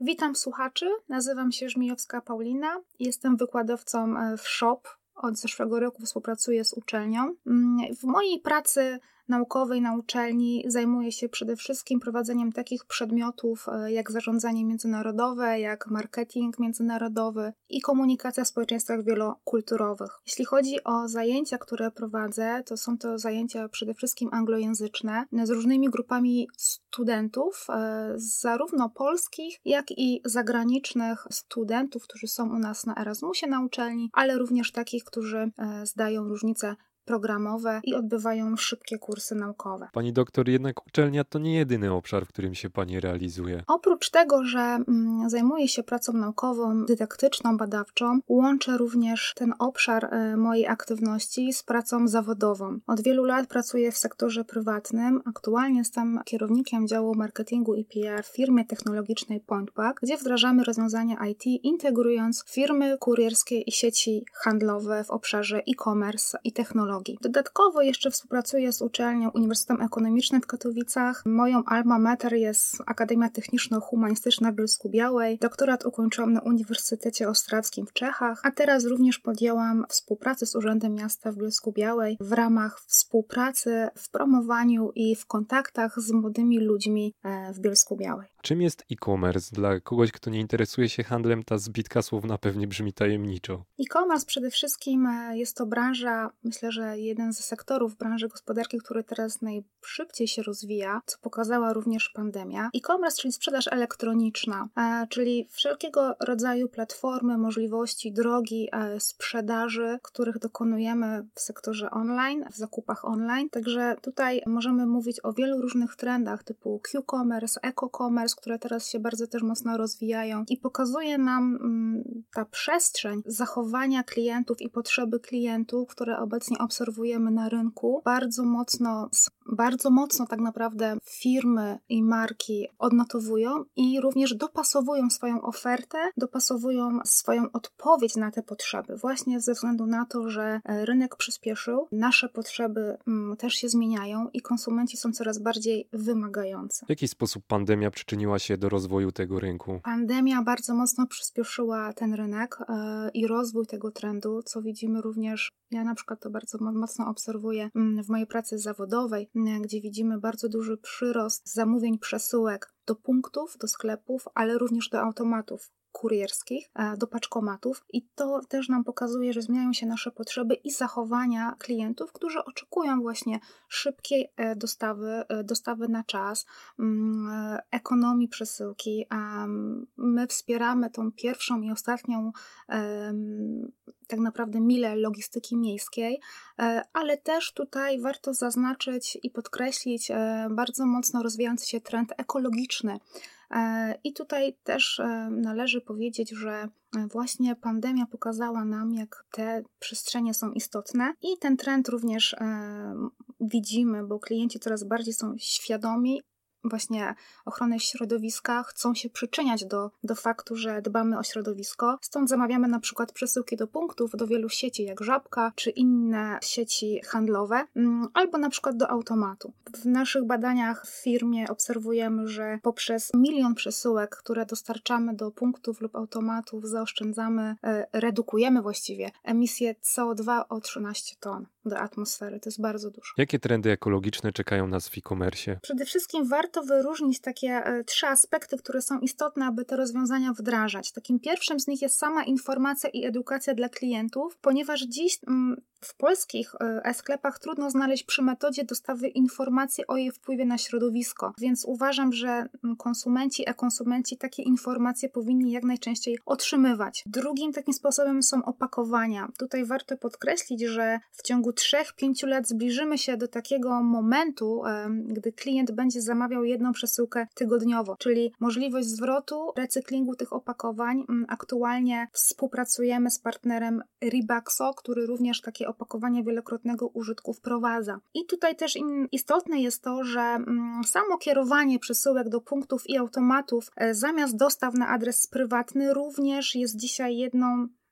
Witam słuchaczy, nazywam się Żmijowska Paulina, jestem wykładowcą w SHOP. Od zeszłego roku współpracuję z uczelnią. W mojej pracy naukowej na uczelni zajmuję się przede wszystkim prowadzeniem takich przedmiotów jak zarządzanie międzynarodowe, jak marketing międzynarodowy i komunikacja w społeczeństwach wielokulturowych. Jeśli chodzi o zajęcia, które prowadzę, to są to zajęcia przede wszystkim anglojęzyczne z różnymi grupami studentów, zarówno polskich, jak i zagranicznych studentów, którzy są u nas na Erasmusie na uczelni, ale również takich, którzy zdają różnice programowe i odbywają szybkie kursy naukowe. Pani doktor, jednak uczelnia to nie jedyny obszar, w którym się Pani realizuje. Oprócz tego, że zajmuję się pracą naukową, dydaktyczną, badawczą, łączę również ten obszar mojej aktywności z pracą zawodową. Od wielu lat pracuję w sektorze prywatnym. Aktualnie jestem kierownikiem działu marketingu i PR w firmie technologicznej PointPack, gdzie wdrażamy rozwiązania IT, integrując firmy kurierskie i sieci handlowe w obszarze e-commerce i technologii. Dodatkowo jeszcze współpracuję z uczelnią Uniwersytetem Ekonomicznym w Katowicach. Moją alma mater jest Akademia Techniczno-Humanistyczna w Bielsku-Białej. Doktorat ukończyłam na Uniwersytecie Ostrawskim w Czechach, a teraz również podjęłam współpracę z Urzędem Miasta w Bielsku-Białej w ramach współpracy w promowaniu i w kontaktach z młodymi ludźmi w Bielsku-Białej. Czym jest e-commerce? Dla kogoś, kto nie interesuje się handlem, ta zbitka słowna pewnie brzmi tajemniczo. E-commerce przede wszystkim jest to branża, myślę, że jeden ze sektorów branży gospodarki, który teraz najszybciej się rozwija, co pokazała również pandemia. E-commerce, czyli sprzedaż elektroniczna, czyli wszelkiego rodzaju platformy, możliwości, drogi sprzedaży, których dokonujemy w sektorze online, w zakupach online. Także tutaj możemy mówić o wielu różnych trendach typu Q-commerce, eco-commerce, które teraz się bardzo też mocno rozwijają i pokazuje nam ta przestrzeń zachowania klientów i potrzeby klientów, które obecnie obserwujemy na rynku. Bardzo mocno tak naprawdę firmy i marki odnotowują i również dopasowują swoją ofertę, dopasowują swoją odpowiedź na te potrzeby. Właśnie ze względu na to, że rynek przyspieszył, nasze potrzeby też się zmieniają i konsumenci są coraz bardziej wymagający. W jaki sposób pandemia przyczyniła się do rozwoju tego rynku? Pandemia bardzo mocno przyspieszyła ten rynek i rozwój tego trendu, co widzimy również, ja na przykład to bardzo mocno obserwuję w mojej pracy zawodowej, gdzie widzimy bardzo duży przyrost zamówień przesyłek do punktów, do sklepów, ale również do automatów kurierskich, do paczkomatów i to też nam pokazuje, że zmieniają się nasze potrzeby i zachowania klientów, którzy oczekują właśnie szybkiej dostawy na czas, ekonomii przesyłki. My wspieramy tą pierwszą i ostatnią tak naprawdę milę logistyki miejskiej, ale też tutaj warto zaznaczyć i podkreślić bardzo mocno rozwijający się trend ekologiczny. I tutaj też należy powiedzieć, że właśnie pandemia pokazała nam, jak te przestrzenie są istotne i ten trend również widzimy, bo klienci coraz bardziej są świadomi właśnie ochrony środowiska, chcą się przyczyniać do faktu, że dbamy o środowisko. Stąd zamawiamy na przykład przesyłki do punktów, do wielu sieci jak Żabka, czy inne sieci handlowe, albo na przykład do automatu. W naszych badaniach w firmie obserwujemy, że poprzez 1 milion przesyłek, które dostarczamy do punktów lub automatów, redukujemy właściwie emisję CO2 o 13 ton do atmosfery. To jest bardzo dużo. Jakie trendy ekologiczne czekają nas w e-commerce? Przede wszystkim warto wyróżnić takie 3 aspekty, które są istotne, aby te rozwiązania wdrażać. Takim pierwszym z nich jest sama informacja i edukacja dla klientów, ponieważ dziś w polskich e-sklepach trudno znaleźć przy metodzie dostawy informacji o jej wpływie na środowisko, więc uważam, że e-konsumenci takie informacje powinni jak najczęściej otrzymywać. Drugim takim sposobem są opakowania. Tutaj warto podkreślić, że w ciągu 3-5 lat zbliżymy się do takiego momentu, gdy klient będzie zamawiał jedną przesyłkę tygodniowo, czyli możliwość zwrotu, recyklingu tych opakowań. Aktualnie współpracujemy z partnerem Ribaxo, który również takie opakowania wielokrotnego użytku wprowadza. I tutaj też istotne jest to, że samo kierowanie przesyłek do punktów i automatów zamiast dostaw na adres prywatny również jest dzisiaj jedną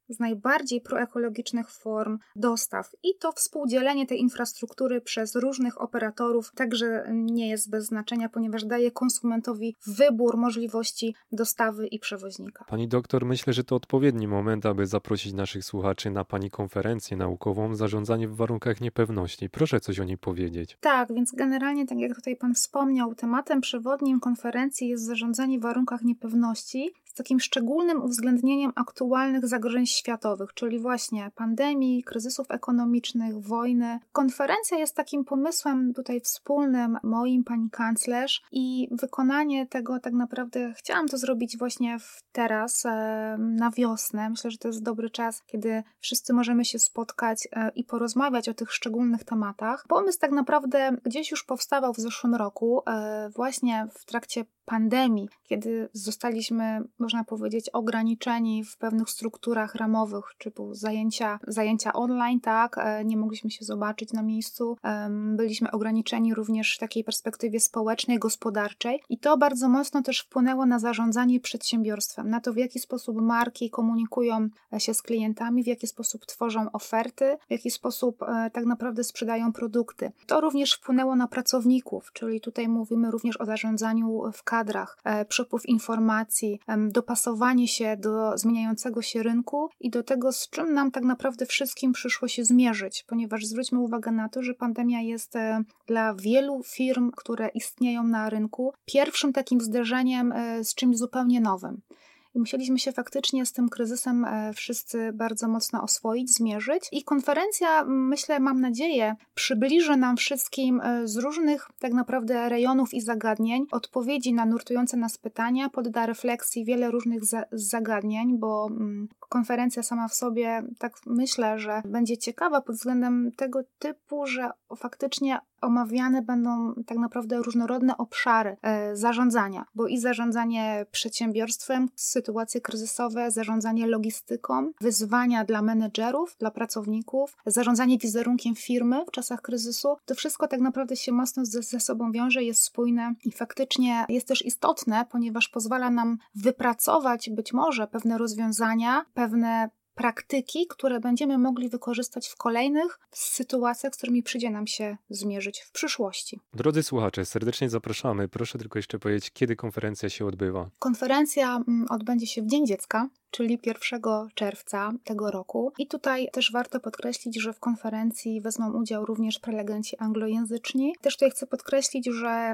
z najbardziej proekologicznych form dostaw i to współdzielenie tej infrastruktury przez różnych operatorów także nie jest bez znaczenia, ponieważ daje konsumentowi wybór możliwości dostawy i przewoźnika. Pani doktor, myślę, że to odpowiedni moment, aby zaprosić naszych słuchaczy na Pani konferencję naukową Zarządzanie w warunkach niepewności. Proszę coś o niej powiedzieć. Tak, więc generalnie, tak jak tutaj Pan wspomniał, tematem przewodnim konferencji jest zarządzanie w warunkach niepewności z takim szczególnym uwzględnieniem aktualnych zagrożeń światowych, czyli właśnie pandemii, kryzysów ekonomicznych, wojny. Konferencja jest takim pomysłem tutaj wspólnym moim, pani kanclerz i wykonanie tego tak naprawdę chciałam to zrobić właśnie teraz, na wiosnę. Myślę, że to jest dobry czas, kiedy wszyscy możemy się spotkać i porozmawiać o tych szczególnych tematach. Pomysł tak naprawdę gdzieś już powstawał w zeszłym roku, właśnie w trakcie pandemii, kiedy zostaliśmy, można powiedzieć, ograniczeni w pewnych strukturach ramowych, typu zajęcia online, tak, nie mogliśmy się zobaczyć na miejscu, byliśmy ograniczeni również w takiej perspektywie społecznej, gospodarczej i to bardzo mocno też wpłynęło na zarządzanie przedsiębiorstwem, na to, w jaki sposób marki komunikują się z klientami, w jaki sposób tworzą oferty, w jaki sposób tak naprawdę sprzedają produkty. To również wpłynęło na pracowników, czyli tutaj mówimy również o zarządzaniu w kadrach, przepływ informacji, dopasowanie się do zmieniającego się rynku i do tego, z czym nam tak naprawdę wszystkim przyszło się zmierzyć, ponieważ zwróćmy uwagę na to, że pandemia jest dla wielu firm, które istnieją na rynku, pierwszym takim zderzeniem z czymś zupełnie nowym. I musieliśmy się faktycznie z tym kryzysem wszyscy bardzo mocno oswoić, zmierzyć. I konferencja, myślę, mam nadzieję, przybliży nam wszystkim z różnych tak naprawdę rejonów i zagadnień odpowiedzi na nurtujące nas pytania, podda refleksji wiele różnych zagadnień, bo konferencja sama w sobie, tak myślę, że będzie ciekawa pod względem tego typu, że faktycznie omawiane będą tak naprawdę różnorodne obszary zarządzania, bo i zarządzanie przedsiębiorstwem, sytuacje kryzysowe, zarządzanie logistyką, wyzwania dla menedżerów, dla pracowników, zarządzanie wizerunkiem firmy w czasach kryzysu, to wszystko tak naprawdę się mocno ze sobą wiąże, jest spójne i faktycznie jest też istotne, ponieważ pozwala nam wypracować być może pewne rozwiązania, pewne praktyki, które będziemy mogli wykorzystać w kolejnych sytuacjach, z którymi przyjdzie nam się zmierzyć w przyszłości. Drodzy słuchacze, serdecznie zapraszamy. Proszę tylko jeszcze powiedzieć, kiedy konferencja się odbywa. Konferencja odbędzie się w Dzień Dziecka, czyli 1 czerwca tego roku. I tutaj też warto podkreślić, że w konferencji wezmą udział również prelegenci anglojęzyczni. Też tutaj chcę podkreślić, że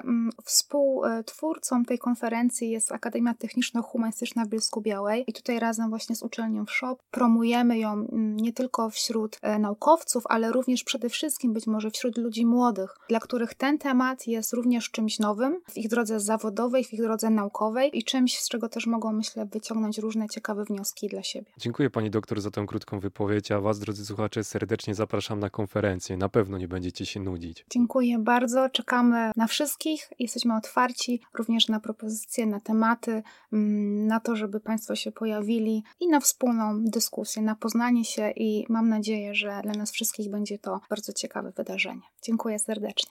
współtwórcą tej konferencji jest Akademia Techniczno-Humanistyczna w Bielsku-Białej i tutaj razem właśnie z uczelnią WSZOP promujemy ją nie tylko wśród naukowców, ale również przede wszystkim być może wśród ludzi młodych, dla których ten temat jest również czymś nowym w ich drodze zawodowej, w ich drodze naukowej i czymś, z czego też mogą, myślę, wyciągnąć różne ciekawe wnioski dla siebie. Dziękuję pani doktor za tę krótką wypowiedź, a was, drodzy słuchacze, serdecznie zapraszam na konferencję. Na pewno nie będziecie się nudzić. Dziękuję bardzo, czekamy na wszystkich, jesteśmy otwarci również na propozycje, na tematy, na to, żeby państwo się pojawili i na wspólną dyskusję, na poznanie się i mam nadzieję, że dla nas wszystkich będzie to bardzo ciekawe wydarzenie. Dziękuję serdecznie.